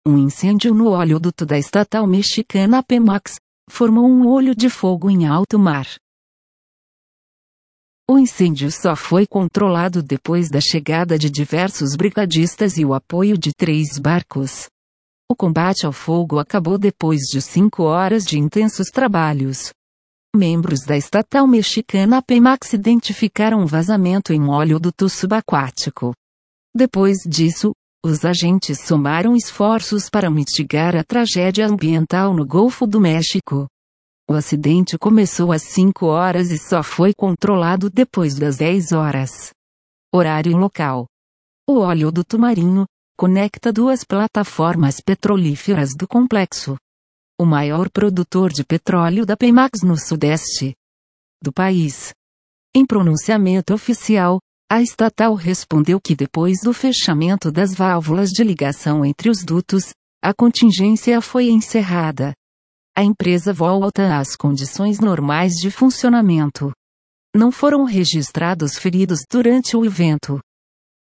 um incêndio no oleoduto da estatal mexicana Pemex formou um olho de fogo em alto mar. O incêndio só foi controlado depois da chegada de diversos brigadistas e o apoio de 3 barcos. O combate ao fogo acabou depois de 5 horas de intensos trabalhos. Membros da estatal mexicana Pemex identificaram um vazamento em um oleoduto subaquático. Depois disso, os agentes somaram esforços para mitigar a tragédia ambiental no Golfo do México. O acidente começou às 5 horas e só foi controlado depois das 10 horas. Horário local. O oleoduto marinho conecta 2 plataformas petrolíferas do complexo. O maior produtor de petróleo da Pemex no sudeste do país. Em pronunciamento oficial, a estatal respondeu que depois do fechamento das válvulas de ligação entre os dutos, a contingência foi encerrada. A empresa volta às condições normais de funcionamento. Não foram registrados feridos durante o evento.